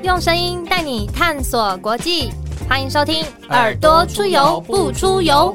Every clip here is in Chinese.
用声音带你探索国际，欢迎收听耳朵出游不出游。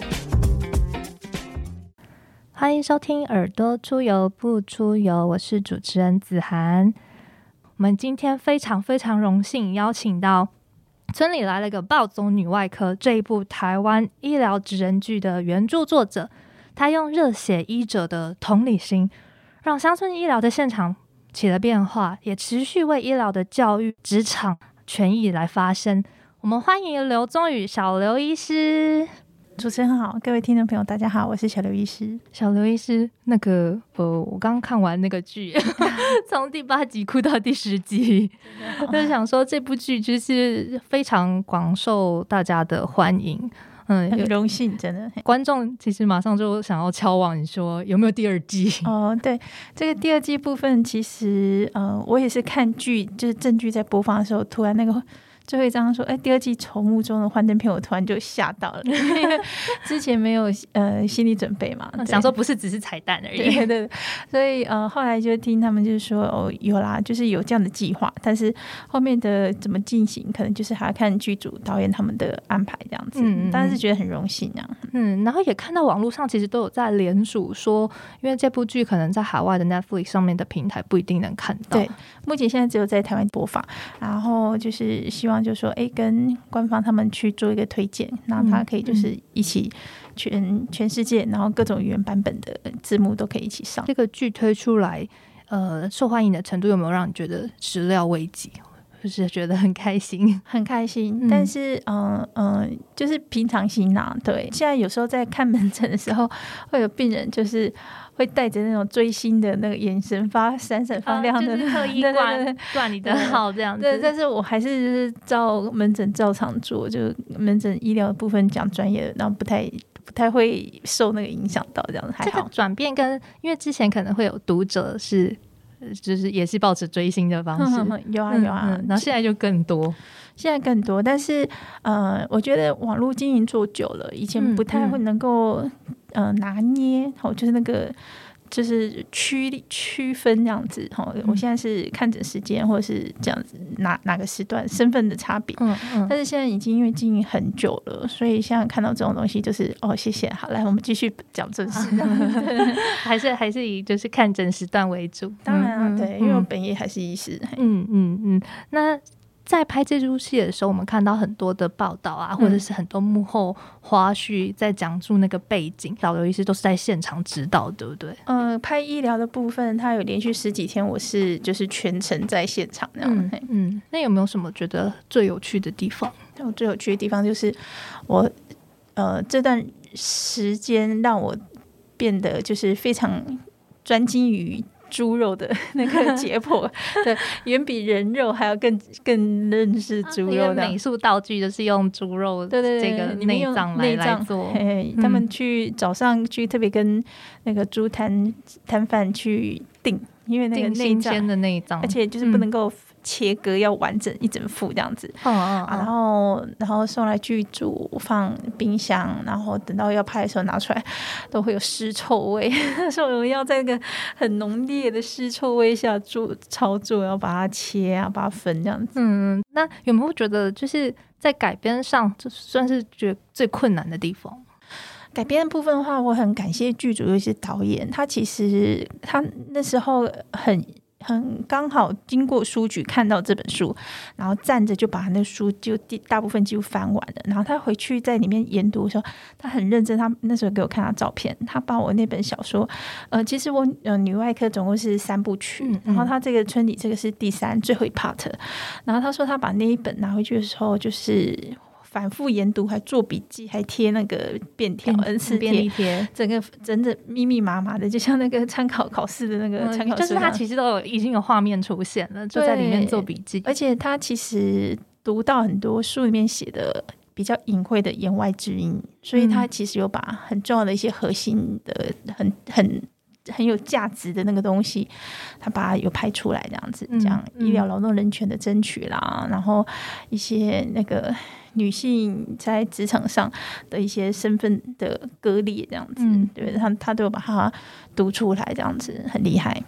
欢迎收听耳朵出游不出游，我是主持人子涵。我们今天非常荣幸邀请到村里来了个暴走女外科这一部台湾医疗职人剧的原著作者，他用热血医者的同理心，让乡村医疗的现场起了变化，也持续为医疗的教育、职场权益来发声。我们欢迎刘宗宇小刘医师。 主持人好，各位听众朋友大家好，我是小刘医师。 小刘医师，我刚看完那个剧从第8集哭到第10集，就想说这部剧就是非常广受大家的欢迎。 很荣幸，真的。 观众其实马上就想要敲碗，你说有没有第2季？ 对，这个第2季部分，其实我也是看剧，就是正剧在播放的时候，突然那个最后一章说，第2季筹募中的幻灯片，我突然就吓到了，因为之前没有心理准备嘛， 想说不是只是彩蛋而已。 对，所以后来就听他们就是说有啦，就是有这样的计划，但是后面的怎么进行，可能就是还要看剧组导演他们的安排这样子。当然是觉得很荣幸啊。 然后也看到网络上其实都有在联署说，因为这部剧可能在海外的 Netflix 上面的平台不一定能看到。 对，目前现在只有在台湾播放，然后就是希望就是说跟官方他们去做一个推荐，然后他可以就是一起全世界，然后各种语言版本的字幕都可以一起上。这个剧推出来受欢迎的程度有没有让你觉得始料未及，就是觉得很开心？ 很开心，但是就是平常心啊。对，现在有时候在看门诊的时候，会有病人就是会带着那种追星的那个眼神闪闪发亮的， 就是特意挂你的号这样子。 对，但是我还是就是照门诊照常做，就门诊医疗的部分讲专业的，然后不太会受那个影响到，这样还好。 这个转变跟因为之前可能会有读者是就是也是抱持追星的方式， 有啊， 然后现在就更多。 但是我觉得网络经营做久了，以前不太会能够拿捏，就是那个就是区分这样子。我现在是看诊时间或者是这样子哪个时段身份的差别。但是现在已经因为经营很久了，所以现在看到这种东西就是谢谢，好，来我们继续讲正事。 还是以就是看诊时段为主。 当然对，因为我本业还是医师。 那在拍这出戏的时候，我们看到很多的报道啊，或者是很多幕后花絮在讲述那个背景，小刘医师都是在现场指导，对不对？ 拍医疗的部分，他有连续10几天，我是就是全程在现场那样。 那有没有什么觉得最有趣的地方？ 我最有趣的地方就是我这段时间让我变得就是非常专精于猪肉的那个解剖，对，远比人肉还要更认识猪肉的。 美术道具就是用猪肉这个内脏来做。 他们早上去特别跟那个猪摊贩去订，因为那个新鲜的内脏， 而且就是不能够切割，要完整一整副这样子。然后送来剧组放冰箱，然后等到要拍的时候拿出来都会有尸臭味。所以我们要在那个很浓烈的尸臭味下操作，要把它切啊，把它分这样子。 那有没有觉得就是在改编上就算是觉得最困难的地方？ 改编的部分的话，我很感谢剧组尤其是导演，他其实他那时候很刚好经过书局看到这本书，然后站着就把那书就大部分几乎翻完了，然后他回去在里面研读的时候，他很认真。他那时候给我看他照片，他把我那本小说其实我女外科总共是3部曲，然后他这个村里这个是第3最后一 part， 然后他说他把那一本拿回去的时候就是反复研读，还做笔记，还贴那个便条 N4 贴，整个密密麻麻的，就像那个参考考试的那个参考书， 就是他其实已经有画面出现了，就在里面做笔记。 而且他其实读到很多书里面写的比较隐晦的言外之音，所以他其实有把很重要的一些核心的很有价值的那个东西，他把它有拍出来，这样子讲医疗劳动人权的争取啦，然后一些那个女性在职场上的一些身份的割裂，这样子，对，他都有把它读出来，这样子很厉害。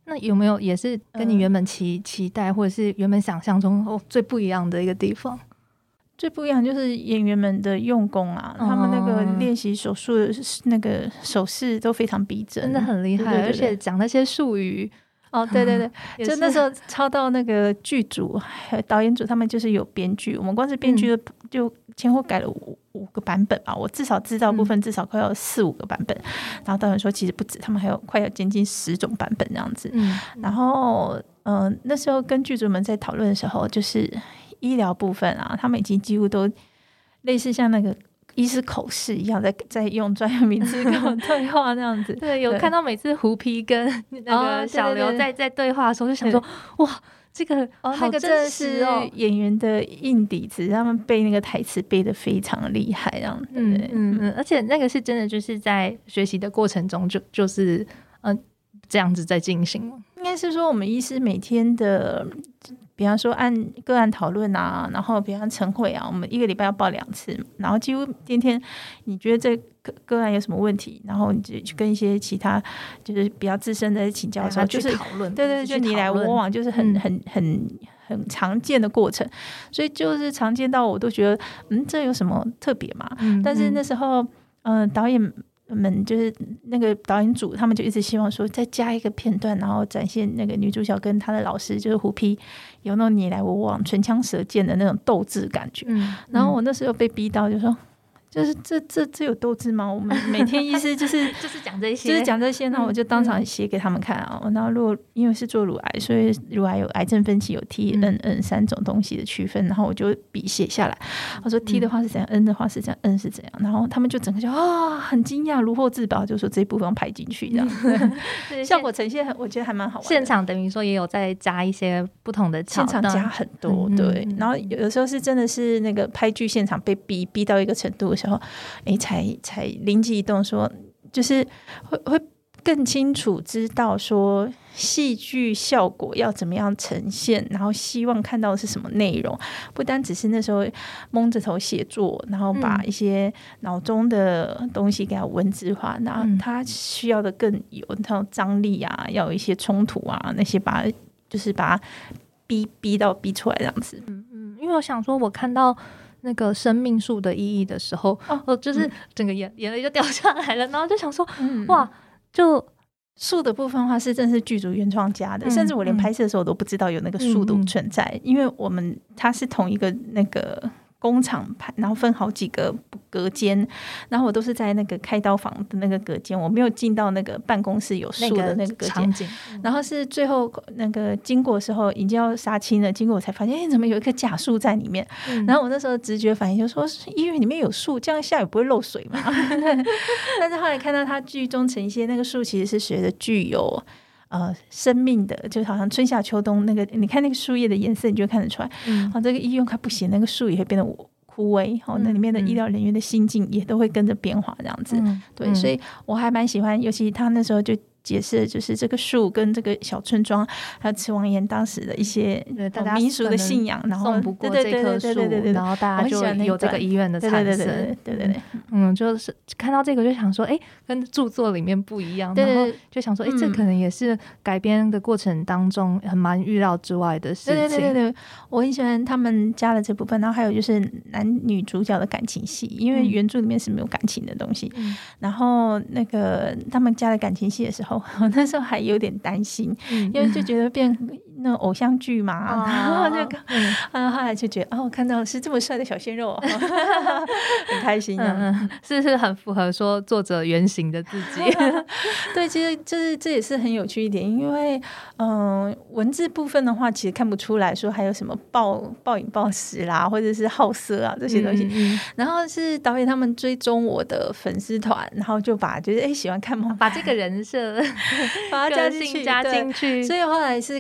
那有没有也是跟你原本期待或者是原本想象中最不一样的一个地方？ 最不一样就是演员们的用功啊，他们那个练习手术的那个手势都非常逼真， 真的很厉害，对对对，而且讲那些术语。 对对对，就那时候抄到那个剧组还有导演组，他们就是有编剧，我们光是编剧就前后改了5个版本吧，我至少知道部分至少快要4-5个版本，然后导演说其实不止，他们还有快要接近10种版本这样子。然后那时候跟剧组们在讨论的时候，就是医疗部分啊，他们已经几乎都类似像那个医师口试一样，在用专业名词跟我对话那样子。 对，有看到每次胡皮跟那个小刘在对话的时候，就想说哇，这个好真实哦， 演员的硬底子，他们背那个台词背得非常厉害，这样子。 而且那个是真的，就是在学习的过程中就是这样子在进行。 应该是说我们医师每天的，比方说按个案讨论啊，然后比方晨会啊，我们1个礼拜要报2次，然后几乎天天你觉得这个案有什么问题，然后你就去跟一些其他就是比较资深的请教的时候，就是讨论， 对对，就你来我往，就是很常见的过程，所以就是常见到我都觉得这有什么特别嘛？但是那时候导演们就是那个导演组，他们就一直希望说再加一个片段，然后展现那个女主角跟她的老师就是胡皮有那种你来我往、唇枪舌剑的那种斗志感觉。然后我那时候被逼到就说，就是这有斗志吗？我们每天医师就是讲这些， 就是讲这些，然后我就当场写给他们看啊。然后如果因为是做乳癌，所以乳癌有癌症分期，有 T、N、N 3种东西的区分，然后我就笔写下来。我说 T 的话是怎样，N 的话是怎样，N 是怎样，然后他们就整个就很惊讶，如获至宝，就说这一部分要排进去这样。效果呈现我觉得还蛮好玩的。 现场等于说也有在加一些不同的桥段， 现场加很多，对。然后有的时候是真的是那个拍剧现场被逼到一个程度的时候，才灵机一动说，就是会更清楚知道说戏剧效果要怎么样呈现，然后希望看到的是什么内容，不单只是那时候蒙着头写作，然后把一些脑中的东西给它文字化，然后它需要的更有那种张力啊，要有一些冲突啊，那些把它逼出来这样子。 因为我想说，我看到那个生命树的意义的时候，就是整个眼泪就掉下来了，然后就想说，哇，就树的部分的话是真的是剧组原创加的，甚至我连拍摄的时候我都不知道有那个树的存在，因为它是同一个那个工厂拍，然后分好几个隔间，然后我都是在那个开刀房的那个隔间，我没有进到那个办公室有树的那个隔间，然后是最后那个经过的时候已经要杀青了，经过我才发现怎么有一棵假树在里面，然后我那时候直觉反应就说医院里面有树，这样下雨不会漏水嘛。但是后来看到它剧中呈现那个树其实是随着具有生命的，就好像春夏秋冬那个，你看那个树叶的颜色，你就看得出来，这个医院快不行，那个树也会变得枯萎，那里面的医疗人员的心境也都会跟着变化，这样子，对，所以我还蛮喜欢，尤其他那时候就解释就是这个树跟这个小村庄还有池王岩当时的一些民俗的信仰，然后送不过这棵树，然后大家就有这个医院的产生，对，就是看到这个就想说，跟著作里面不一样，然后就想说，这可能也是改编的过程当中很蛮预料之外的事情。 对，我很喜欢他们加了这部分，然后还有就是男女主角的感情戏，因为原著里面是没有感情的东西，然后那个他们加了感情戏的时候，我那时候还有点担心，因为就觉得变那种偶像剧嘛，然后后来就觉得看到是这么帅的小鲜肉，很开心是很符合说作者原型的自己。 对，其实这也是很有趣一点，因为文字部分的话其实看不出来说还有什么暴饮暴食啦，或者是好色啊这些东西，然后是导演他们追踪我的粉丝团，然后就把就是喜欢看把这个人设把它加进去， 所以后来是看到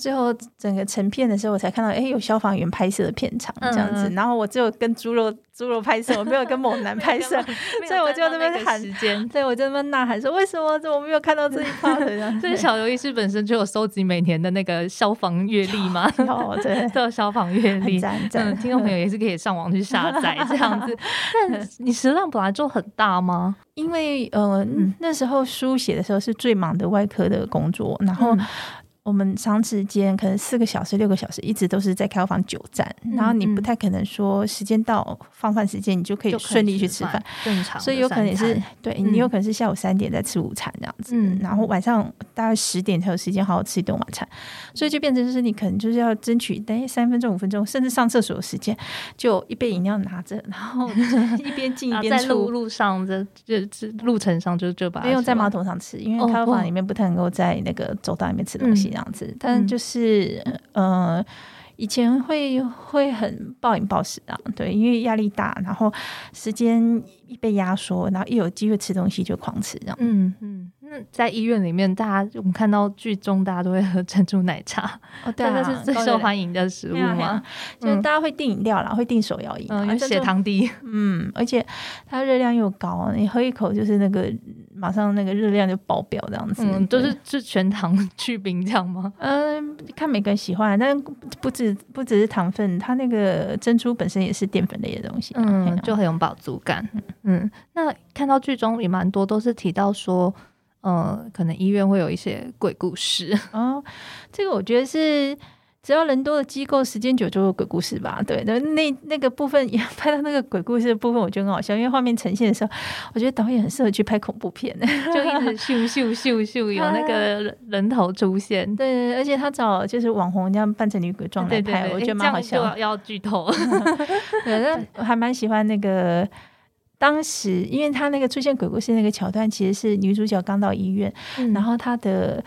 最后整个成片的时候，我才看到有消防员拍摄的片场这样子，然后我只有跟猪肉拍摄，我没有跟猛男拍摄，所以我就在那边喊时间，对，我就在那边呐喊说为什么我没有看到这一 part 这样。 所以小游医师本身就有收集每年的那个消防阅历吗？ 对， 都有消防阅历，听众朋友也是可以上网去下载这样子。但你食量本来就很大吗？ 因为那时候书写的时候是最忙的外科的工作，然后我们长时间可能4个小时6个小时一直都是在开房久站，然后你不太可能说时间到放饭时间你就可以顺利去吃饭， 正常， 所以有可能也是对你有可能是下午3点在吃午餐这样子，然后晚上大概10点才有时间好好吃一顿晚餐，所以就变成就是你可能就是要争取3分钟5分钟甚至上厕所的时间，就一杯饮料拿着，然后一边进一边出， 在路上这路程上就把它不用在马桶上吃，因为开房里面不太能够在那个走道里面吃东西这样子，但就是以前会很暴饮暴食啊，对，因为压力大，然后时间被压缩，然后一有机会吃东西就狂吃这样。 那在医院里面，我们看到剧中大家都会喝珍珠奶茶， 对啊， 这是最受欢迎的食物吗？ 就是大家会订饮料啦，会订手摇饮， 因为血糖低， 而且它热量又高，你喝一口就是那个马上那个热量就爆表这样子， 就是全糖去冰这样吗？ 看每个人喜欢，但不只是糖分，它那个珍珠本身也是淀粉类的东西， 就很有饱足感。那看到剧中也蛮多都是提到说，可能医院会有一些鬼故事。 这个我觉得是只要人多的机构，时间久就有鬼故事吧。对，那个部分也拍到那个鬼故事的部分，我觉得很好笑，因为画面呈现的时候，我觉得导演很适合去拍恐怖片， 就一直咻咻咻咻有那个人头出现。 对，而且他找就是网红这样扮成女鬼状来拍，我觉得蛮好笑。 这样就要剧透。 对，但我还蛮喜欢那个。当时因为他那个出现鬼故事那个桥段其实是女主角刚到医院，然后她的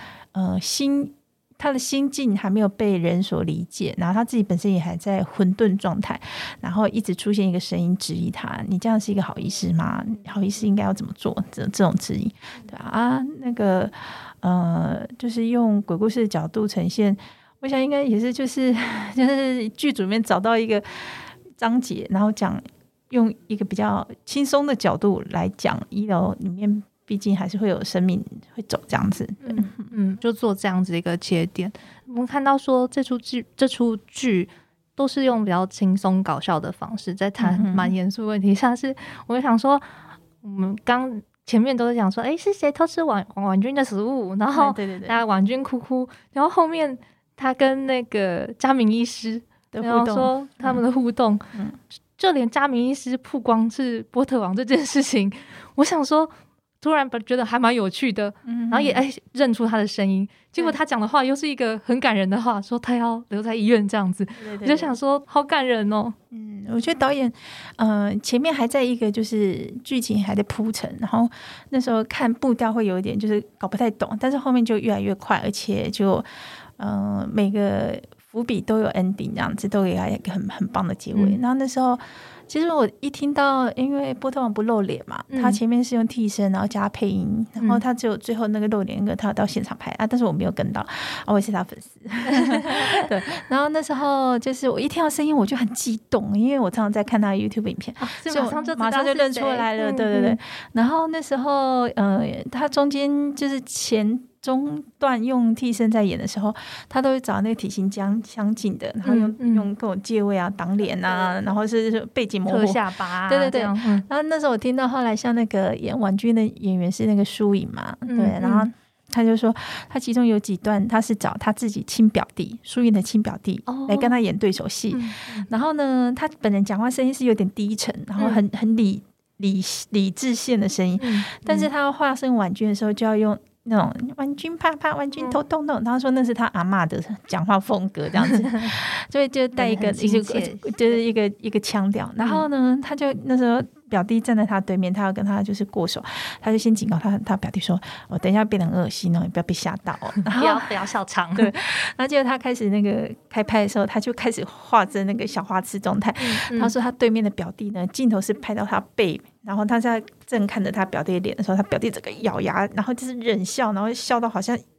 心境还没有被人所理解，然后她自己本身也还在混沌状态，然后一直出现一个声音质疑她，你这样是一个好医师吗？好医师应该要怎么做？这种质疑，对啊，那个就是用鬼故事的角度呈现，我想应该也是就是剧组里面找到一个章节，然后用一个比较轻松的角度来讲医疗里面毕竟还是会有生命会走这样子， 就做这样子一个切点。我们看到说这出剧都是用比较轻松搞笑的方式在谈蛮严肃问题，像是我想说我们刚前面都是讲说是谁偷吃婉君的食物，然后大家婉君哭，然后后面他跟那个嘉明医师然后说他们的互动，就连嘉明医师曝光是波特王这件事情，我想说突然觉得还蛮有趣的，然后也认出他的声音，结果他讲的话又是一个很感人的话，说他要留在医院这样子，我就想说好感人哦。 我觉得导演前面还在一个就是剧情还在铺陈，然后那时候看步调会有一点就是搞不太懂，但是后面就越来越快，而且就每个伏笔都有 ending 这样子，都有一个很棒的结尾。然后那时候其实我一听到，因为波特王不露脸嘛，他前面是用替身然后加配音，然后他只有最后那个露脸那个他有到现场拍但是我没有跟到我也是他粉丝对，然后那时候就是我一听到声音我就很激动，因为我常常在看他的 YouTube 影片，马上就认出来了，对。然后那时候他中间就是中段用替身在演的时候，他都会找那个体型相近的，然后用各种借位挡脸然后是背景模糊特下巴对。然后那时候我听到后来像那个演婉君的演员是那个舒颖嘛，对，然后他就说他其中有几段他是找他自己亲表弟舒颖的亲表弟来跟他演对手戏，然后呢他本人讲话声音是有点低沉，然后很理智线的声音，但是他要化身婉君的时候就要用那种婉君啪啪婉君头痛痛，他说那是他阿嬷的讲话风格这样子所以就带一个就是一个腔调，然后呢他就那时候表弟站在他对面，他要跟他就是过手，他就先警告他表弟说我等一下变得很恶心你不要被吓到然后不要笑场对，然后结果他开始那个开拍的时候，他就开始画着那个小花痴状态他说他对面的表弟呢镜头是拍到他背，然后他在正看着他表弟的脸的时候，他表弟整个咬牙，然后就是忍笑，然后笑到好像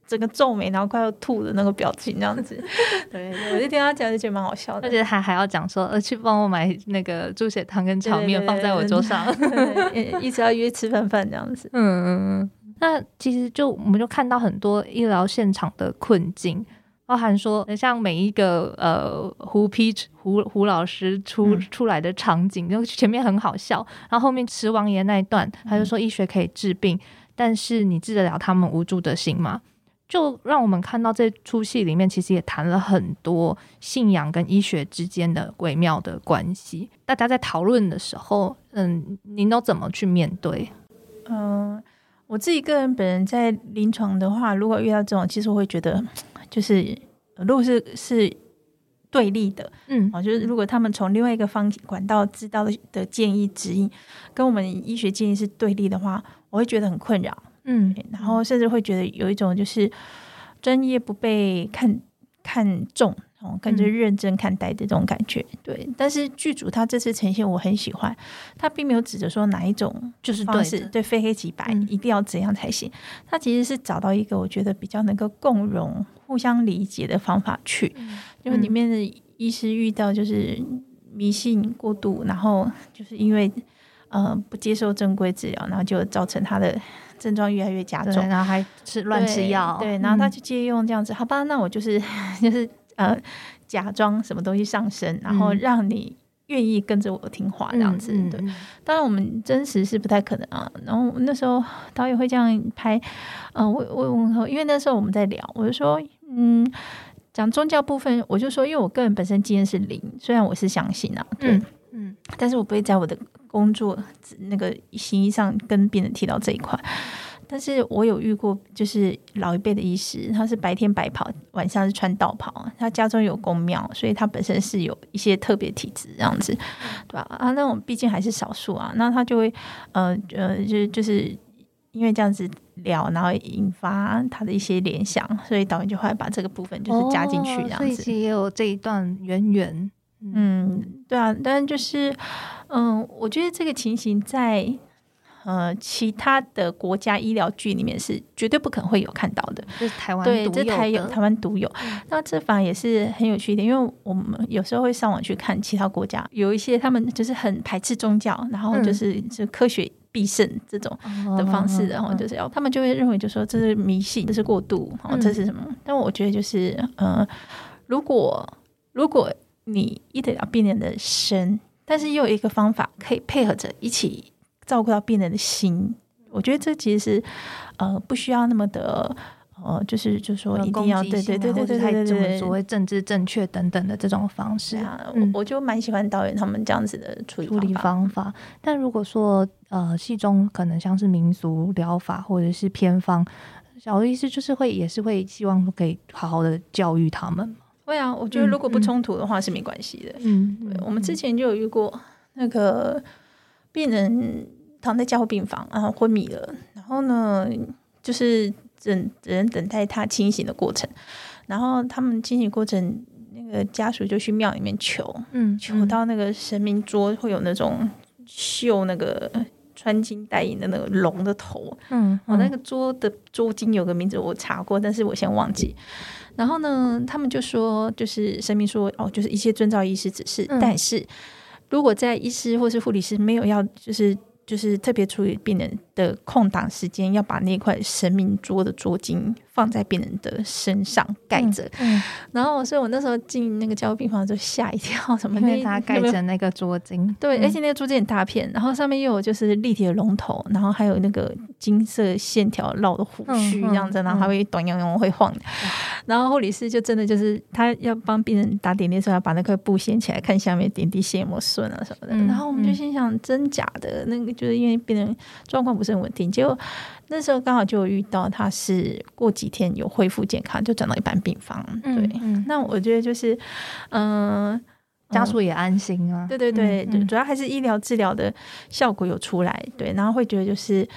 整个皱眉，然后快要吐的那个表情这样子。对，我就听他讲就觉得蛮好笑的， 而且还要讲说去帮我买那个猪血汤跟炒面放在我桌上， 一直要约吃饭这样子。 那其实我们就看到很多医疗现场的困境，包含说像每一个胡老师出来的场景，就前面很好笑，然后后面池王爷那一段他就说医学可以治病，但是你治得了他们无助的心吗？就让我们看到这出戏里面其实也谈了很多信仰跟医学之间的微妙的关系。大家在讨论的时候您都怎么去面对？ 我自己个人本人在临床的话，如果遇到这种，其实我会觉得就是如果是对立的，就是如果他们从另外一个管道知道的建议指引跟我们医学建议是对立的话，我会觉得很困扰。然后甚至会觉得有一种就是专业不被看重，跟着认真看待的这种感觉。对，但是剧组他这次呈现我很喜欢，他并没有指着说哪一种就是方式对非黑即白，一定要怎样才行。他其实是找到一个我觉得比较能够共融、互相理解的方法去。就里面的医师遇到就是迷信过度，然后就是因为不接受正规治疗，然后就造成他的症状越来越加重， 然后还乱吃药， 对，然后他就借用这样子，好吧，那我就是假装什么东西上身，然后让你愿意跟着我听话这样子。对，当然我们真实是不太可能啊。然后那时候导演会这样拍，因为那时候我们在聊，我就说，讲宗教部分，我就说，因为我个人本身经验是零，虽然我是相信啊，对，但是我不会在我的工作那个行医上跟病人提到这一块。但是我有遇过就是老一辈的医师，他是白天白袍，晚上是穿道袍，他家中有公庙，所以他本身是有一些特别体质这样子，对吧？那种毕竟还是少数啊，那他就会就是因为这样子聊，然后引发他的一些联想，所以导演就会把这个部分就是加进去这样子。 所以其实也有这一段渊源。 对啊，但就是我觉得这个情形在其他的国家医疗剧里面是绝对不可能会有看到的， 这是台湾独有的， 对， 这台湾独有。那这反而也是很有趣一点，因为我们有时候会上网去看其他国家，有一些他们就是很排斥宗教，然后就是科学必胜这种的方式，然后就是他们就会认为就说这是迷信，这是过度，这是什么？但我觉得就是如果你医得了病人的身，但是又有一个方法可以配合着一起照顾到病人的心，我觉得这其实是不需要那么的就是说一定要对， 怎么所谓政治正确等等的这种方式我就蛮喜欢导演他们这样子的处理方法。 但如果说戏中可能像是民俗疗法或者是偏方，小的意思就是也是会希望可以好好的教育他们。 会啊，我觉得如果不冲突的话是没关系的。对，我们之前就有遇过那个病人躺在加护病房，然后昏迷了，然后呢就是只能等待他清醒的过程，然后他们清醒过程，那个家属就去庙里面求到那个神明桌会有那种绣那个穿金戴银的那个龙的头，那个桌的桌巾有个名字我查过，但是我先忘记。然后呢他们就说就是神明说就是一切遵照医师指示，但是如果在医师或是护理师没有要就是特别处理病人的空档时间，要把那块神明桌的桌巾放在病人的身上盖着。然后所以我那时候进那个加护病房就吓一跳，什么因为他盖着那个桌巾， 对，而且那个桌巾很大片，然后上面又有就是立体的龙头，然后还有那个金色线条绕的胡须这样子，然后还会短悠悠会晃的。然后护理师就真的就是他要帮病人打点滴的时候，要把那块布掀起来看下面点滴线有没有顺啊什么的。然后我们就心想真假的，那个就是因为病人状况不是很稳定，结果那时候刚好就有遇到他是过几天有恢复健康，就转到一般病房。对，那我觉得就是家属也安心啊。 对，主要还是医疗治疗的效果有出来。对，然后会觉得就是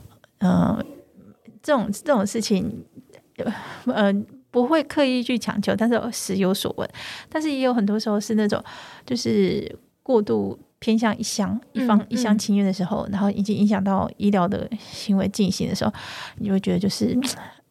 这种事情不会刻意去强求，但是时有所闻。但是也有很多时候是那种就是过度偏向一厢情愿的时候，然后已经影响到医疗的行为进行的时候，你就会觉得就是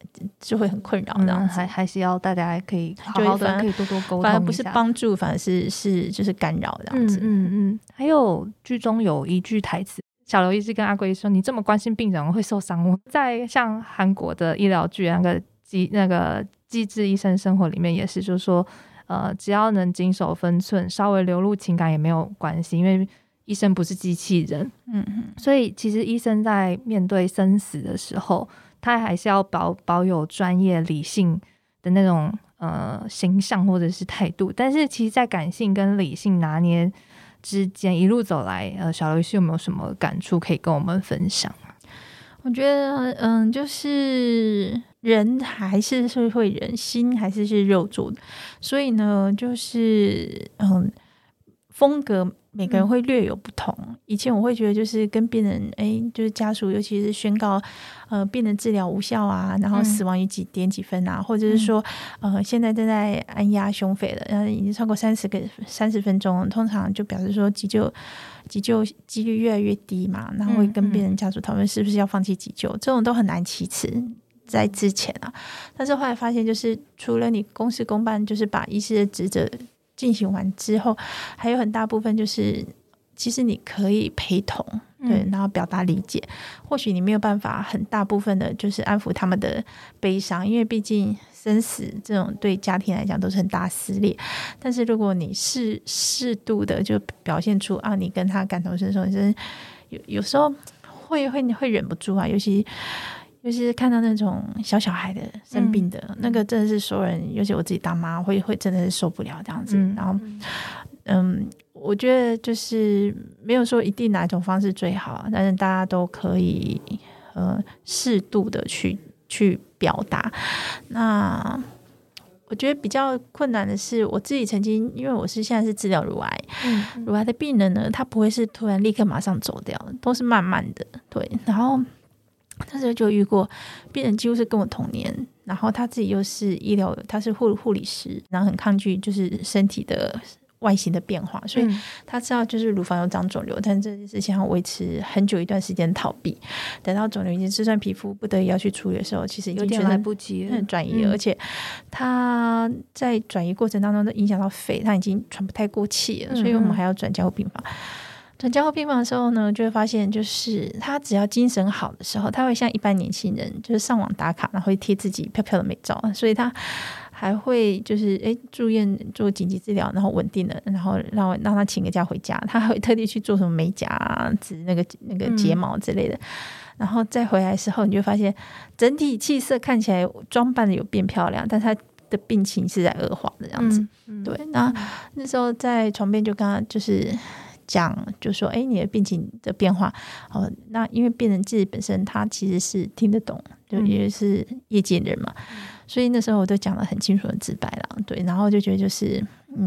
就会很困扰这样子。 还是要大家可以好好的可以多多沟通一下， 反而不是帮助，反而是就是干扰这样子。 还有剧中有一句台词，小刘医师跟阿贵说：“你这么关心病人会受伤哦。”在像韩国的医疗剧那个机智医生生活里面也是，就是说只要能谨守分寸，稍微流露情感也没有关系，因为医生不是机器人。所以其实医生在面对生死的时候，他还是要保有专业理性的那种形象或者是态度，但是其实在感性跟理性拿捏之间一路走来，小刘医师有没有什么感触可以跟我们分享？ 我觉得就是人还是会人，心还是肉做的，所以呢就是风格每个人会略有不同。以前我会觉得就是跟病人就是家属尤其是宣告病人治疗无效啊，然后死亡于几点几分啊，或者是说现在正在按压胸肺了，然后已经超过30分钟，通常就表示说急救几率越来越低嘛，然后会跟病人家属讨论是不是要放弃急救，这种都很难启齿在之前啊。但是后来发现就是除了你公事公办就是把医师的职责进行完之后，还有很大部分就是其实你可以陪同，对，然后表达理解。或许你没有办法很大部分的就是安抚他们的悲伤，因为毕竟生死这种对家庭来讲都是很大撕裂。但是如果你适度的就表现出你跟他感同身受，就是有时候会忍不住啊，尤其是看到那种小孩的生病的，那个真的是所有人，尤其我自己当妈会真的是受不了这样子。然后我觉得就是没有说一定哪一种方式最好，但是大家都可以适度的去表达。那我觉得比较困难的是我自己曾经，因为我现在是治疗乳癌，乳癌的病人呢，他不会是突然立刻马上走掉的，都是慢慢的，对。然后那时候就遇过病人几乎是跟我同年，然后他自己又是医疗，他是护理师，然后很抗拒就是身体的外形的变化，所以他知道就是乳房有长肿瘤，但这件事情要维持很久一段时间逃避，等到肿瘤已经刺穿皮肤不得已要去处理的时候，其实已经有点来不及了， 很转移了，而且他在转移过程当中都影响到肺，他已经喘不太过气了，所以我们还要转加护病房。转加护病房的时候呢，就会发现就是他只要精神好的时候，他会像一般年轻人就是上网打卡，然后会贴自己漂漂的美照，所以他还会就是住院做紧急治疗，然后稳定了，然后让他请个假回家，他还会特地去做什么美甲啊、植那个睫毛之类的，然后再回来的时候，你就发现整体气色看起来装扮的有变漂亮，但他的病情是在恶化的这样子。对，那时候在床边就跟他就是讲，就说你的病情的变化，那因为病人自己本身他其实是听得懂，就也是业界人嘛，所以那时候我都讲得很清楚很直白了，对，然后就觉得就是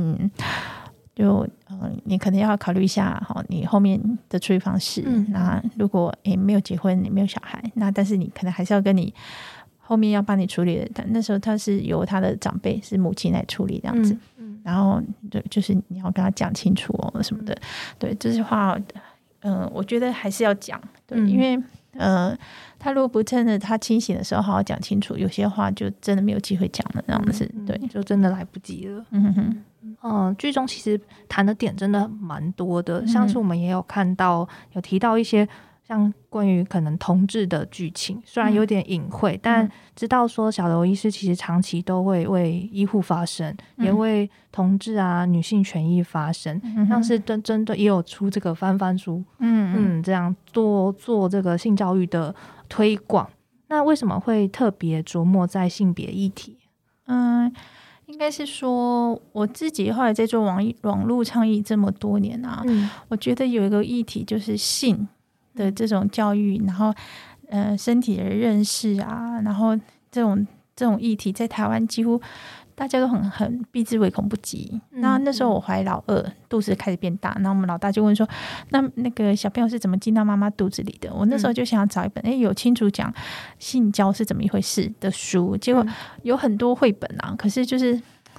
你可能要考虑一下你后面的处理方式。那如果没有结婚也没有小孩，那但是你可能还是要跟你后面要帮你处理的，那时候他是由他的长辈是母亲来处理这样子。然后对，就是你要跟他讲清楚什么的，对，这句话我觉得还是要讲，对，因为他如果不趁着他清醒的时候好好讲清楚，有些话就真的没有机会讲了这样子。对， 就真的来不及了。剧中其实谈的点真的蛮多的，像是我们也有看到有提到一些像关于可能同志的剧情，虽然有点隐晦，但知道说小刘医师其实长期都会为医护发声，也为同志啊女性权益发声，像是针对也有出这个翻书，这样做这个性教育的推广。那为什么会特别琢磨在性别议题？ 应该是说我自己后来在做网络倡议这么多年啊，我觉得有一个议题就是性的这种教育，然后身体的认识啊，然后这种议题在台湾几乎大家都很避之唯恐不及。那时候我怀老二，肚子开始变大，然后我们老大就问说那个小朋友是怎么进到妈妈肚子里的。我那时候就想要找一本有清楚讲性交是怎么一回事的书，结果有很多绘本啊，可是就是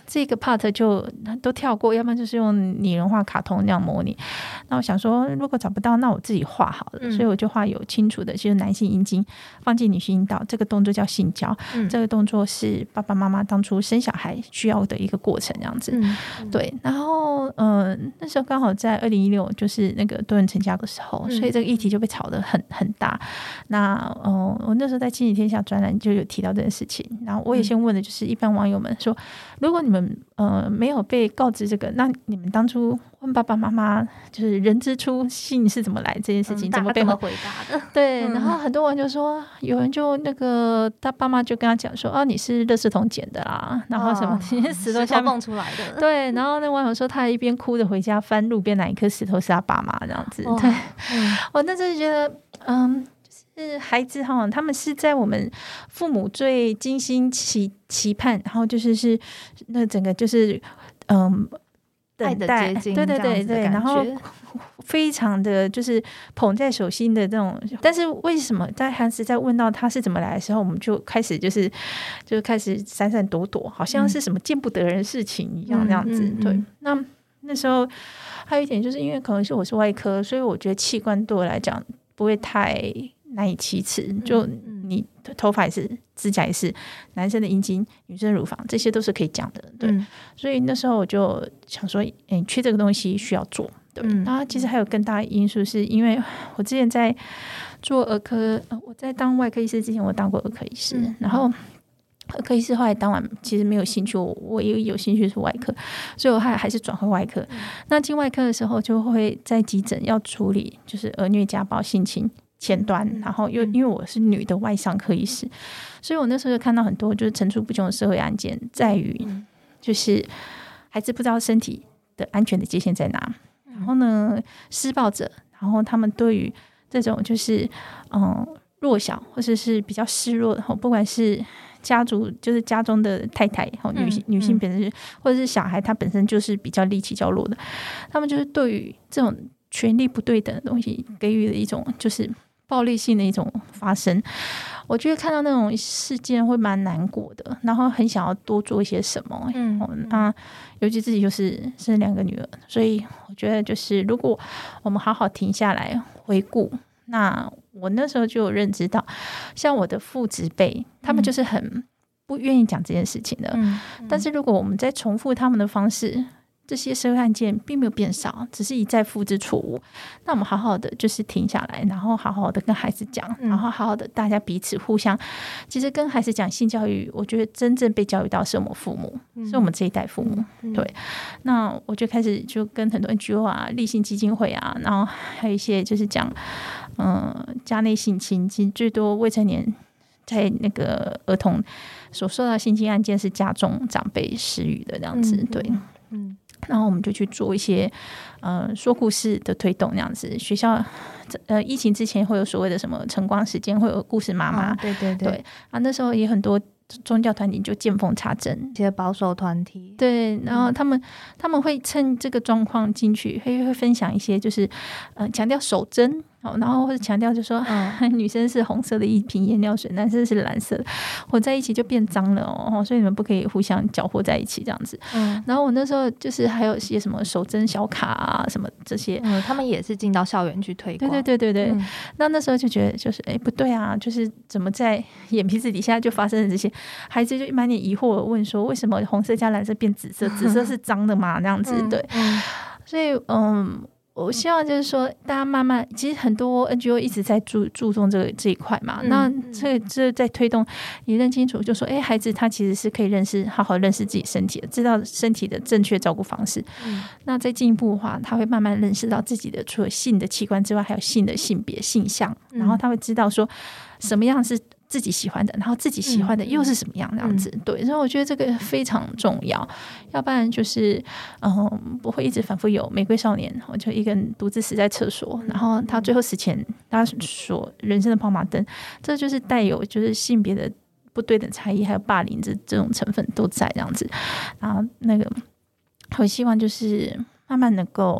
这个 part 就都跳过，要不然就是用拟人化卡通那样模拟。那我想说如果找不到那我自己画好了，所以我就画有清楚的就是男性阴茎放进女性阴道，这个动作叫性交，这个动作是爸爸妈妈当初生小孩需要的一个过程这样子。对，然后那时候刚好在2016就是那个多人成家的时候，所以这个议题就被炒得很大。那我那时候在亲子天下专栏就有提到这件事情，然后我也先问的就是一般网友们说，如果你们没有被告知这个，那你们当初问爸爸妈妈就是人之初性是怎么来这件事情，怎么回答的？ 对，然后很多人就说，有人就那个他爸妈就跟他讲说，你是垃圾桶捡的啦，然后什么石头下蹦出来的， 对，然后那网友说他一边哭着回家翻路边哪一颗石头是他爸妈这样子。对，我那时候觉得就是孩子哈，他们是在我们父母最精心期盼，然后就是那整个就是爱的结晶， 对，然后非常的就是捧在手心的这种。但是为什么在韩时在问到他是怎么来的时候，我们就开始就开始闪闪躲躲，好像是什么见不得人的事情一样那样子。对，那时候还有一点就是因为可能是我是外科，所以我觉得器官对我来讲不会太难以启齿，就你头发也是，指甲也是，男生的阴茎，女生的乳房，这些都是可以讲的。对，所以那时候我就想说，缺这个东西需要做。对，然后其实还有更大的因素，是因为我之前在做儿科，我在当外科医师之前，我当过儿科医师，然后儿科医师后来当完其实没有兴趣，我也有兴趣是外科，所以我还是转回外科。那进外科的时候，就会在急诊要处理就是儿虐、家暴、性侵前端，然后因为我是女的外伤科医师，所以我那时候就看到很多就是层出不穷的社会案件，在于就是孩子不知道身体的安全的界限在哪，然后呢施暴者，然后他们对于这种就是弱小或者是比较示弱的，不管是家族就是家中的太太女性本身或者是小孩他本身就是比较力气较弱的，他们就是对于这种权力不对等的东西给予了一种就是暴力性的一种发生。我觉得看到那种事件会蛮难过的，然后很想要多做一些什么。那尤其自己就是生2个女儿，所以我觉得就是如果我们好好停下来回顾，那我那时候就有认知到，像我的父执辈他们就是很不愿意讲这件事情的，但是如果我们再重复他们的方式，这些社会案件并没有变少，只是一再复制错误。那我们好好的就是停下来，然后好好的跟孩子讲，然后好好的大家彼此互相，其实跟孩子讲性教育，我觉得真正被教育到是我们父母，是我们这一代父母。对，那我就开始就跟很多 NGO 啊、立信基金会啊，然后还有一些就是讲家内性侵，其实最多未成年在那个儿童所受到性侵案件是家中长辈施予的这样子。对，然后我们就去做一些说故事的推动，这样子。学校疫情之前会有所谓的什么晨光时间，会有故事妈妈，对啊，那时候也很多宗教团体就见缝插针， 一些保守团体， 对，然后他们会趁这个状况进去，会分享一些就是强调守贞。然后或者强调就说女生是红色的一瓶颜料水，男生是蓝色的，混在一起就变脏了所以你们不可以互相搅和在一起这样子。然后我那时候就是还有一些什么守贞小卡啊什么这些， 他们也是进到校园去推广。 对，那时候就觉得就是不对啊，就是怎么在眼皮子底下就发生了这些，孩子就满脸疑惑问说为什么红色加蓝色变紫色，紫色是脏的吗？那样子。对，所以我希望就是说，大家慢慢，其实很多 NGO 一直在注重这一块嘛。那这在推动，你认清楚，就说，孩子他其实是可以好好认识自己身体的，知道身体的正确照顾方式。那再进一步的话，他会慢慢认识到自己的除了性的器官之外，还有性的性别性向，然后他会知道说什么样是自己喜欢的，然后自己喜欢的又是什么样这样子。对，所以我觉得这个非常重要，要不然就是不会一直反复有玫瑰少年就一个人独自死在厕所，然后他最后死前他所人生的跑马灯，这就是带有就是性别的不对等差异还有霸凌这种成分都在这样子。然后那个我希望就是慢慢能够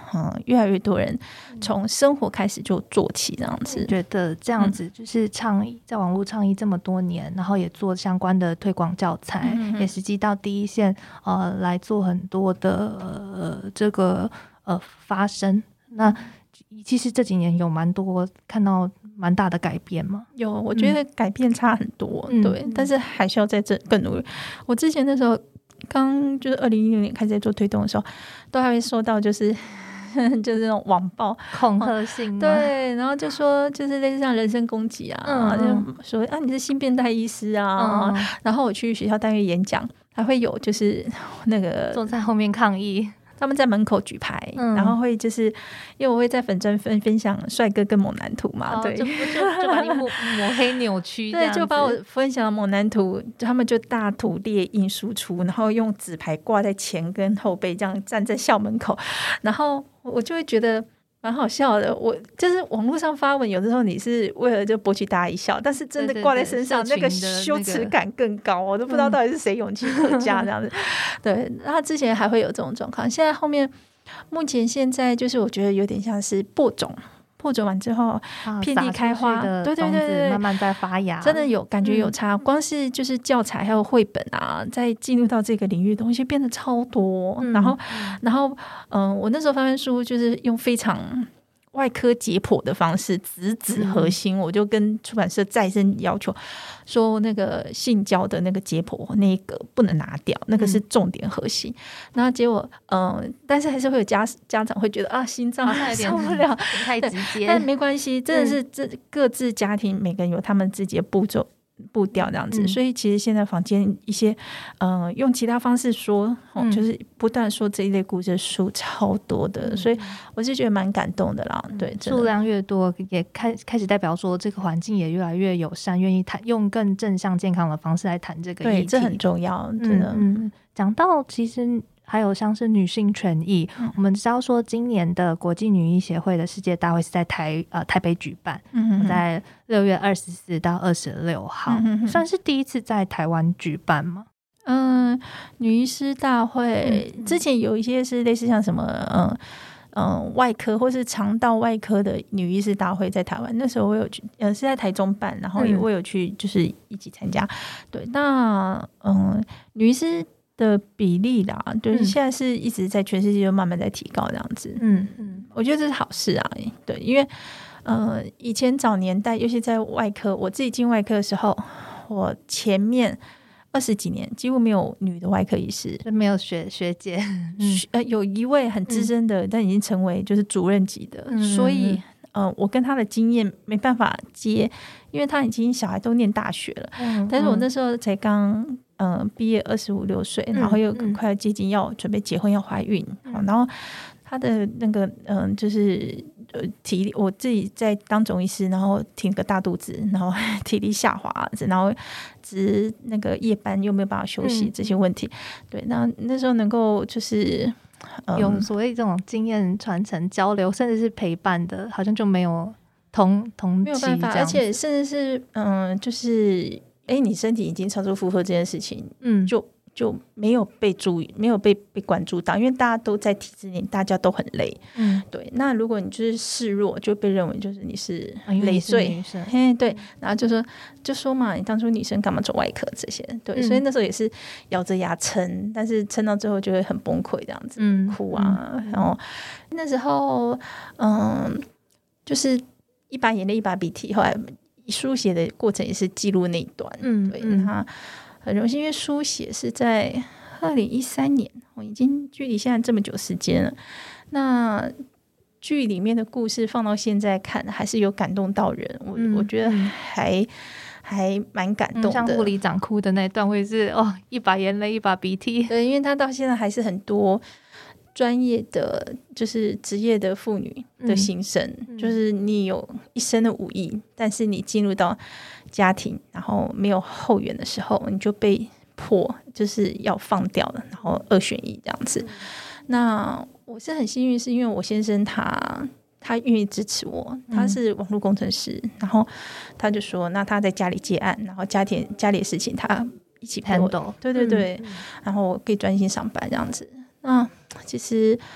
越来越多人从生活开始就做起这样子。 觉得这样子就是倡议，在网络倡议这么多年，然后也做相关的推广教材，也实际到第一线来做很多的这个发声。那其实这几年有蛮多看到蛮大的改变吗？ 有，我觉得改变差很多，对，但是还需要在这更努力。我之前那时候刚就是2016年开始在做推动的时候，都还会收到就是那种网暴恐吓性吗？ 对，然后就说就是类似像人身攻击啊，就说啊你是新变态医师啊，然后我去学校单位演讲，还会有就是那个坐在后面抗议。 他们在门口举牌，然后会就是因为我会在粉专分享帅哥跟猛男图嘛，对， 就把你抹黑扭曲， 对，就把我分享的猛男图，他们就大图列印输出，然后用纸牌挂在前跟后背，这样站在校门口，然后我就会觉得蛮好笑的。我就是网络上发文，有的时候你是为了就博取大家一笑，但是真的挂在身上，那个羞耻感更高，我都不知道到底是谁勇气可嘉这样子。对，然后之前还会有这种状况，现在后面目前现在就是我觉得有点像是播种完之后遍地开花，对对对对， 慢慢在发芽， 真的有感觉有差。光是就是教材还有绘本啊，在进入到这个领域的东西变得超多。然后我那时候发现书就是用非常外科解剖的方式，直指核心。我就跟出版社再三要求说，那个性交的那个解剖那个不能拿掉，那个是重点核心。然后结果但是还是会有家长会觉得啊，心脏受不了， 太直接。 但没关系，真的是这各自家庭每个人有他们自己的步调这样子，所以其实现在坊间一些用其他方式说，就是不断说这一类故事的书超多的，所以我是觉得蛮感动的啦。对， 数量越多，也开始代表说这个环境也越来越友善，愿意用更正向健康的方式来谈这个议题， 对，这很重要，真的。 讲到其实还有像是女性权益，我们知道说今年的国际女医协会的世界大会是在台北举办，在6月24到26号，算是第一次在台湾举办吗？ 女医师大会之前有一些是类似像什么外科或是肠道外科的女医师大会在台湾，那时候我有去是在台中办，然后我有去就是一起参加。对，那女医师的比例啦，就是现在是一直在全世界就慢慢在提高这样子。我觉得这是好事啊。对，因为以前早年代，尤其在外科，我自己进外科的时候，我前面20几年几乎没有女的外科医师， 就没有学姐。 有一位很资深的，但已经成为就是主任级的，所以我跟他的经验没办法接，因为他已经小孩都念大学了。但是我那时候才刚毕业25、26岁，然后又快要接近要准备结婚要怀孕，然后他的那个就是体力，我自己在当总医师，然后挺个大肚子，然后体力下滑，然后值那个夜班又没有办法休息，这些问题。对，那时候能够就是有所谓这种经验传承交流，甚至是陪伴的，好像就没有同没有办法，而且甚至是就是你身体已经超出负荷这件事情，就没有被注意，没有被关注到，因为大家都在体制内，大家都很累。对。那如果你就是示弱，就被认为就是你是累赘。对。然后就说嘛，你当初女生干嘛走外科这些？对。所以那时候也是咬着牙撑，但是撑到最后就会很崩溃这样子，哭啊。然后那时候就是一把眼泪一把鼻涕，后来书写的过程也是记录那一段。对。他很荣幸，因为书写是在2013年，我已经距离现在这么久时间了。那剧里面的故事放到现在看，还是有感动到人。我觉得还蛮感动的。 像护理长哭的那段，我也是一把眼泪一把鼻涕。 对，因为他到现在还是很多专业的就是职业的妇女的心声，就是你有一身的武艺，但是你进入到家庭然后没有后援的时候，你就被迫就是要放掉了，然后2选1这样子。那我是很幸运，是因为我先生他愿意支持我，他是网络工程师，然后他就说那他在家里接案，然后家里的事情他一起陪我，对对对，然后我可以专心上班这样子。那其实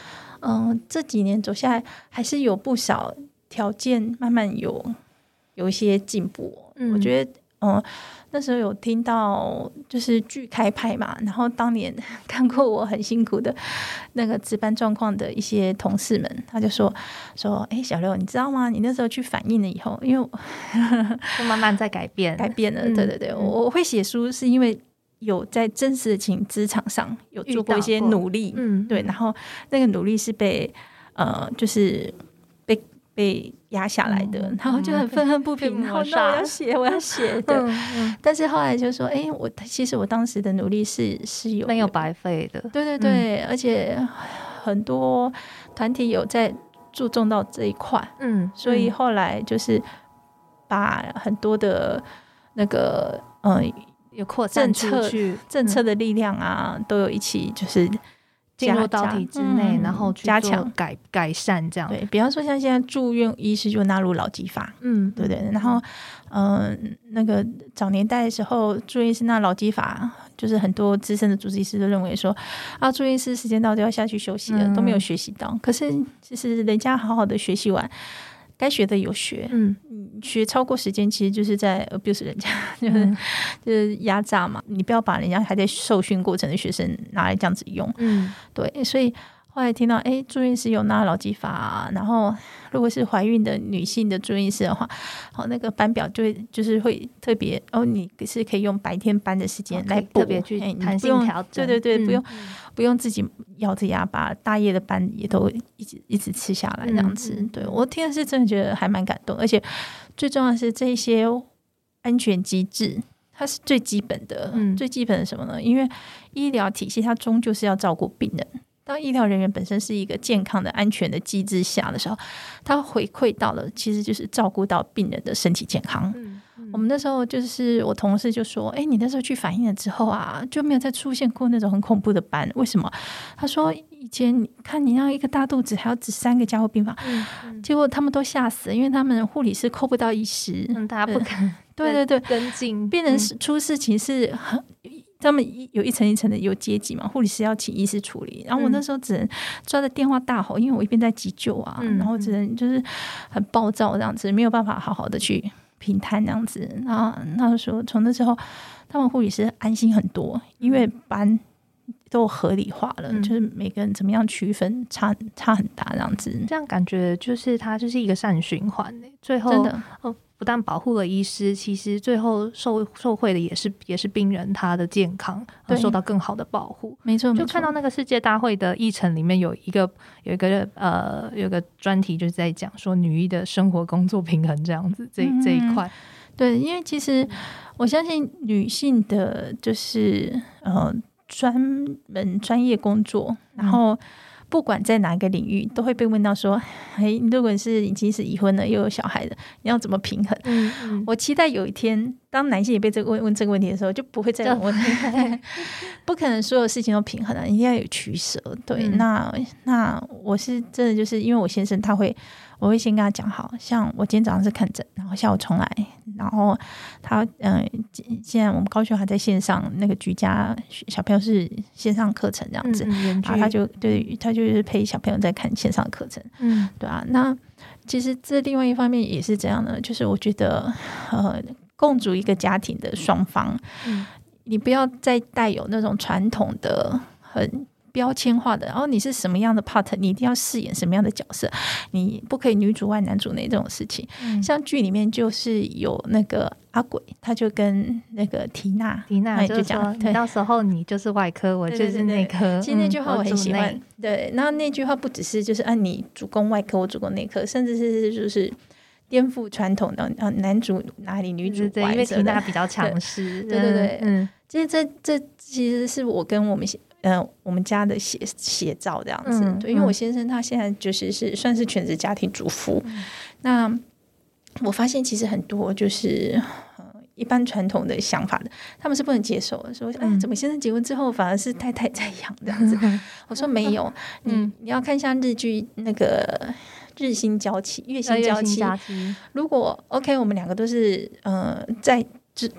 这几年走下来，还是有不少条件慢慢有一些进步。我觉得那时候有听到就是剧开拍嘛，然后当年看过我很辛苦的那个值班状况的一些同事们，他就说小刘你知道吗，你那时候去反映了以后，因为就慢慢在改变了，对对对，我会写书是因为有在真实的职场上有做过一些努力，对，然后那个努力是被就是被压下来的，然后就很愤恨不平，然后那我要写对，但是后来就说其实我当时的努力是没有白费的， 对对对，而且很多团体有在注重到这一块，所以后来就是把很多的那个有扩散出去政策的力量啊，都有一起就是进入到体制内，然后去加强改善这样。 对，比方说像现在住院医师就纳入劳基法，对不对？然后那个早年代的时候，住院医师纳劳基法，就是很多资深的主治医师都认为说住院医师时间到就要下去休息了，都没有学习到。可是其实人家好好的学习完，该学的有学，学超过时间其实就是在 abuse 人家，就是压榨嘛。你不要把人家还在受训过程的学生拿来这样子用，对。所以后来听到住院医师有纳劳基法，然后如果是怀孕的女性的住院医师的话，那个班表就是会特别你是可以用白天班的时间来补， 特别去弹性调整， 对对对，不用自己咬着牙把大夜的班也都一直吃下来这样子。对，我听的是真的觉得还蛮感动，而且最重要的是这一些安全机制它是最基本的，最基本的什么呢？因为医疗体系它终究是要照顾病人，当医疗人员本身是一个健康的安全的机制下的时候，它回馈到了其实就是照顾到病人的身体健康。我们那时候就是我同事就说你那时候去反映了之后啊，就没有再出现过那种很恐怖的班，为什么？他说以前看你那一个大肚子还要指3个加护病房，结果他们都吓死了，因为他们护理师扣不到医师， 大家不敢对对对跟进， 病人出事情是他们有一层一层的有阶级嘛，护理师要请医师处理，然后我那时候只能抓着电话大吼，因为我一边在急救啊，然后只能就是很暴躁这样子，没有办法好好的去平摊这样子。然后他就说从那之后他们护理师安心很多，因为班都合理化了，就是每个人怎么样区分差很大这样子。 这样感觉就是它就是一个善循环，最后真的不但保护了医师，其实最后受惠的也是病人他的健康受到更好的保护。 没错， 就看到那个世界大会的议程里面有一个专题，就是在讲说女医的生活工作平衡这样子这一块。 对，因为其实我相信女性的就是专业工作，然后不管在哪个领域都会被问到说如果是已经是已婚了又有小孩的，你要怎么平衡？我期待有一天当男性也被问这个问题的时候，就不会再问不可能所有事情都平衡了，一定要有取舍。对，那我是真的就是因为我先生我会先跟他讲好，像我今天早上是看诊，然后下午重来，然后他现在我们高雄还在线上那个居家小朋友是线上课程这样子，然后他就是陪小朋友在看线上课程，对啊。那其实这另外一方面也是这样的，就是我觉得共组一个家庭的双方，你不要再带有那种传统的很标签化的，然后你是什么样的 part， 你一定要饰演什么样的角色，你不可以女主外男主内这种事情。像剧里面就是有那个阿鬼，他就跟那个缇娜就讲，你到时候你就是外科，我就是内科。 其实那句话我很喜欢，对，然后那句话不只是就是你主攻外科，我主攻内科，甚至是就是颠覆传统的男主哪里女主外， 因为缇娜比较强势。 对对对，其实这其实是我跟我们家的写照这样子。对，因为我先生他现在就是算是全职家庭主妇，那我发现其实很多就是一般传统的想法的，他们是不能接受的，说怎么先生结婚之后反而是太太在养这样子。我说没有，你要看像日剧那个日薪娇妻、月薪娇妻，如果 OK 我们两个都是在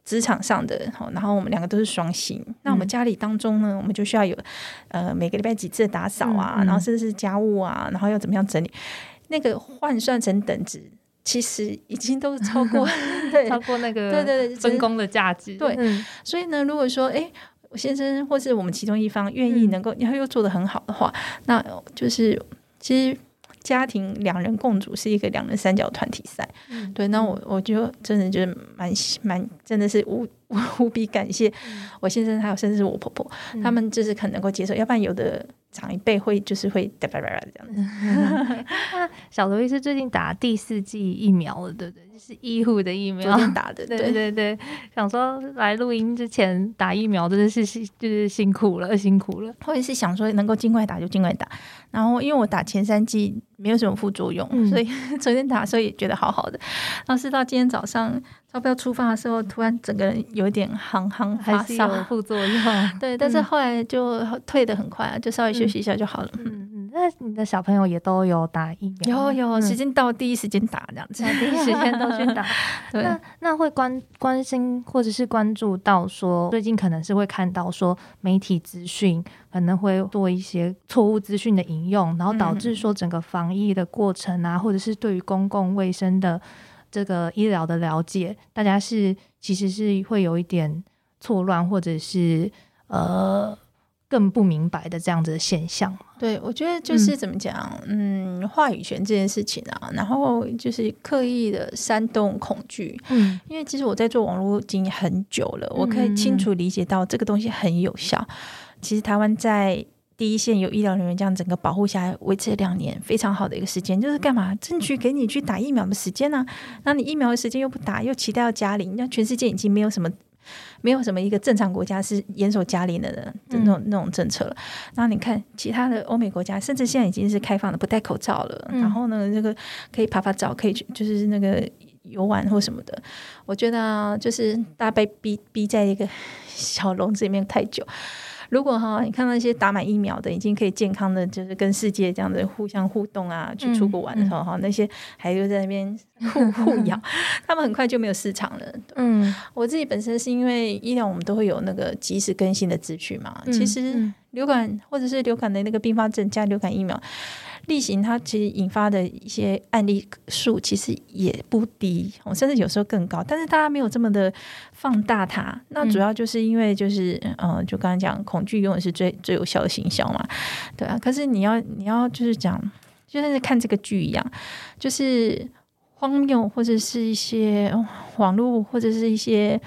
职场上的，然后我们2个都是双薪，那我们家里当中呢，我们就需要有每个礼拜几次的打扫啊，然后甚至是家务啊，然后要怎么样整理，那个换算成等值，其实已经都超过超过那个对分工的价值。 对，所以呢，如果说我先生或是我们其中一方愿意能够，然后又做得很好的话，那就是其实家庭2人共组是一个2人3角团体赛。对，那我就真的就是蛮真的是无比感谢我先生还有甚至是我婆婆，他们就是很能够接受，要不然有的长一辈会就是会这样子。 那小罗医师最近打第4剂疫苗了，对不对？就是医护的疫苗， 昨天打的。 对，想说来录音之前打疫苗真的是就是辛苦了，或者是想说能够尽快打就尽快打。然后因为我打前3剂没有什么副作用，所以昨天打的时候也觉得好好的。然后是到今天早上差不多要出发的时候，突然整个人有点发烧， 还是有副作用。 对，但是后来就退得很快啊，就稍微休息一下就好了。 那你的小朋友也都有打疫苗？ 有，时间到第一时间打这样子， 第一时间都去打。对，那会关心或者是关注到说，最近可能是会看到说媒体资讯可能会做一些错误资讯的引用，然后导致说整个防疫的过程啊，或者是对于公共卫生的这个医疗的了解，大家其实是会有一点错乱，或者是更不明白的这样子的现象。 对，我觉得就是怎么讲，话语权这件事情啊，然后就是刻意的煽动恐惧。因为其实我在做网络经营很久了，我可以清楚理解到这个东西很有效。其实台湾在第一线有医疗人员这样整个保护下来，维持了2年，非常好的一个时间，就是干嘛？争取给你去打疫苗的时间啊。那你疫苗的时间又不打，又期待要加零，那全世界已经没有什么一个正常国家是严守加零的那种政策了。然后你看其他的欧美国家，甚至现在已经是开放的不戴口罩了，然后呢，这个可以拍照，可以就是那个游玩或什么的。我觉得就是大家被逼在一个小笼子里面太久。如果你看到一些打满疫苗的已经可以健康的就是跟世界这样的互相互动啊，去出国玩的时候那些还又在那边互咬他们很快就没有市场了。我自己本身是因为医疗我们都会有那个及时更新的资讯嘛，其实流感或者是流感的那个并发症加流感疫苗例行它其实引发的一些案例数其实也不低，甚至有时候更高，但是大家没有这么的放大它。那主要就是因为就是就刚刚讲恐惧永远是最有效的行销嘛，对啊。可是你要就是讲就像是看这个剧一样，就是荒谬或者是一些网络或者是一些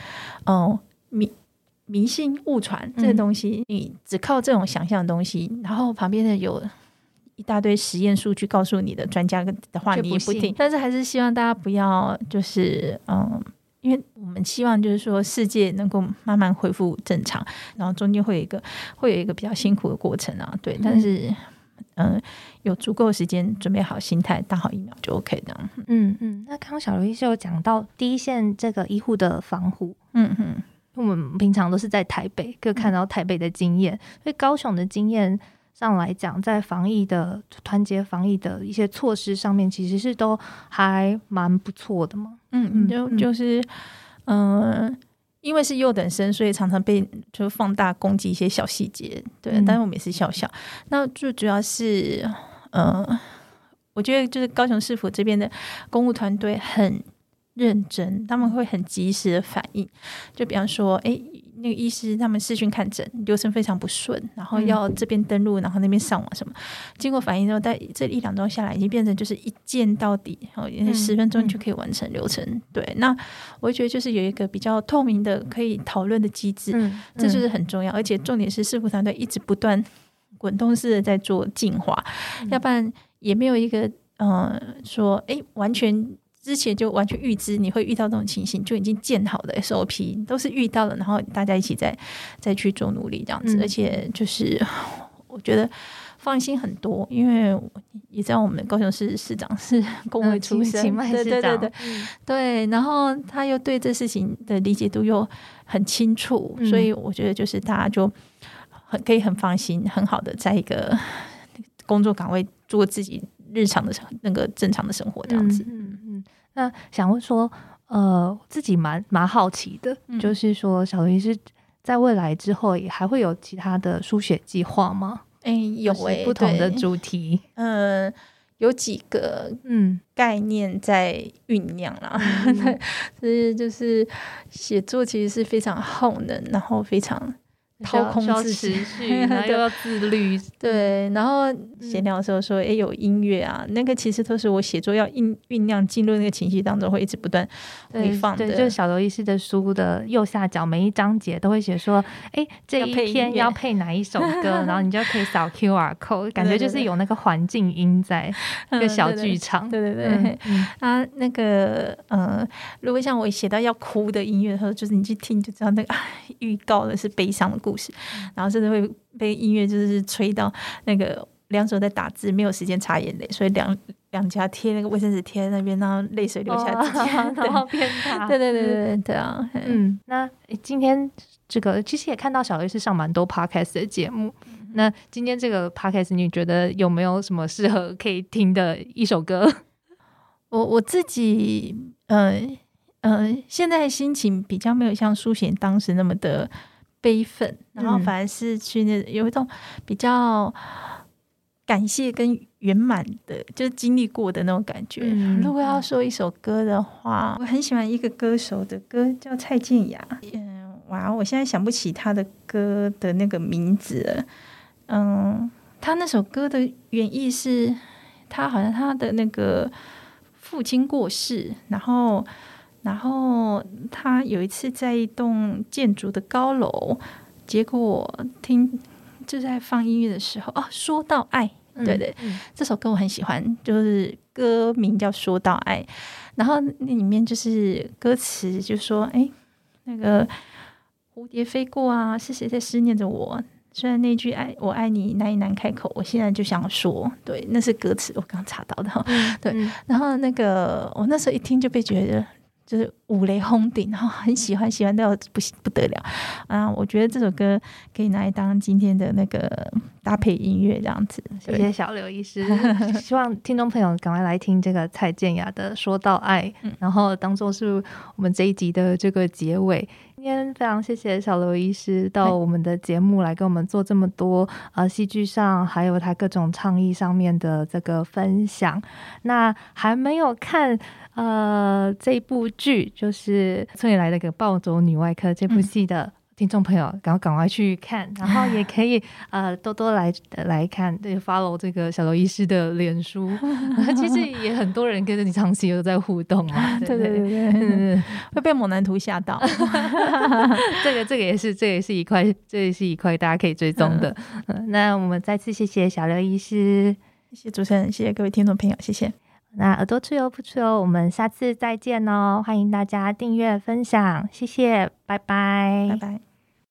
迷信误传这个东西，你只靠这种想象的东西，然后旁边的有一大堆实验数据告诉你的专家的话你也不听。但是还是希望大家不要就是因为我们希望就是说世界能够慢慢恢复正常，然后中间会有一个比较辛苦的过程啊，对。但是有足够的时间准备好心态打好疫苗就 OK 的。 那刚刚小罗医师有讲到第一线这个医护的防护，我们平常都是在台北，可以看到台北的经验，所以高雄的经验上来讲，在防疫的团结防疫的一些措施上面，其实是都还蛮不错的嘛。就是因为是优等生，所以常常被就放大攻击一些小细节，对。但是我们也是笑笑。那最主要是我觉得就是高雄市府这边的公务团队很认真，他们会很及时的反应。就比方说那个医师他们视讯看诊流程非常不顺，然后要这边登录然后那边上网什么，经过反应之后在这1-2周下来已经变成就是一键到底，10分钟就可以完成流程。对，那我觉得就是有一个比较透明的可以讨论的机制，这就是很重要。而且重点是市府团队一直不断滚动式的在做进化，要不然也没有一个说完全之前就完全预知你会遇到这种情形，就已经建好的 SOP 都是遇到了，然后大家一起再去做努力这样子。而且就是我觉得放心很多，因为也知道我们的高雄市市长是公卫出身，对，然后他又对这事情的理解度又很清楚，所以我觉得就是大家就可以很放心很好的在一个工作岗位做自己日常的那个正常的生活这样子。 那想问说自己蛮好奇的，就是说小刘医师在未来之后也还会有其他的书写计划吗？ 有不同的主题， 有几个概念在酝酿啦。就是写作其实是非常耗能，然后非常掏空自己， 持续，然后又要自律。 对，然后闲聊的时候说，有音乐啊，那个其实都是我写作要酝酿进入那个情绪当中，会一直不断回放的。 对，就是小刘医师的书的右下角每一章节都会写说，这一篇要配哪一首歌，然后你就可以扫 QR code， 感觉就是有那个环境音在一个小剧场。 对，那个如果像我写到要哭的音乐的时候，就是你去听就知道那个预告的是悲伤的故事，然后真的会被音乐就是吹到那个两手在打字，没有时间擦眼泪，所以两颊贴那个卫生纸贴在那边，然后泪水流下来， 然后变大。 对啊。 那今天这个其实也看到小刘是上蛮多 podcast 的节目，那今天这个 podcast 你觉得有没有什么适合可以听的一首歌？ 我自己现在心情比较没有像书写当时那么的悲愤，然后反而是去有一种比较感谢跟圆满的，就是经历过的那种感觉。如果要说一首歌的话，我很喜欢一个歌手的歌叫蔡健雅。我现在想不起他的歌的那个名字了。他那首歌的原意是他好像他的那个父亲过世，然后他有一次在一栋建筑的高楼，结果就在放音乐的时候，说到爱，对，这首歌我很喜欢，就是歌名叫说到爱，然后那里面就是歌词就说，那个蝴蝶飞过啊，是谁在思念着我？虽然那句我爱你难以难开口，我现在就想说，对，那是歌词，我刚查到的。对，然后那个我那时候一听就被觉得就是五雷轰顶，然后很喜欢到不得了啊！我觉得这首歌可以拿来当今天的那个搭配音乐这样子。 谢谢小刘医师，希望听众朋友赶快来听这个蔡健雅的《说到爱》，然后当作是我们这一集的这个结尾。今天非常谢谢小刘医师到我们的节目来跟我们做这么多戏剧上还有他各种倡议上面的这个分享。那还没有看这部剧，就是村里来的个暴走女外科这部戏的听众朋友赶快去看，然后也可以多多来看，对 follow 这个小刘医师的脸书其实也很多人跟着你长期都在互动嘛。 对，会被猛男图吓到这个也是一块大家可以追踪的。那我们再次谢谢小刘医师， 谢谢主持人，谢谢各位听众朋友，谢谢。 那耳朵出油不出油，我们下次再见哦！欢迎大家订阅分享，谢谢，拜拜， 拜拜。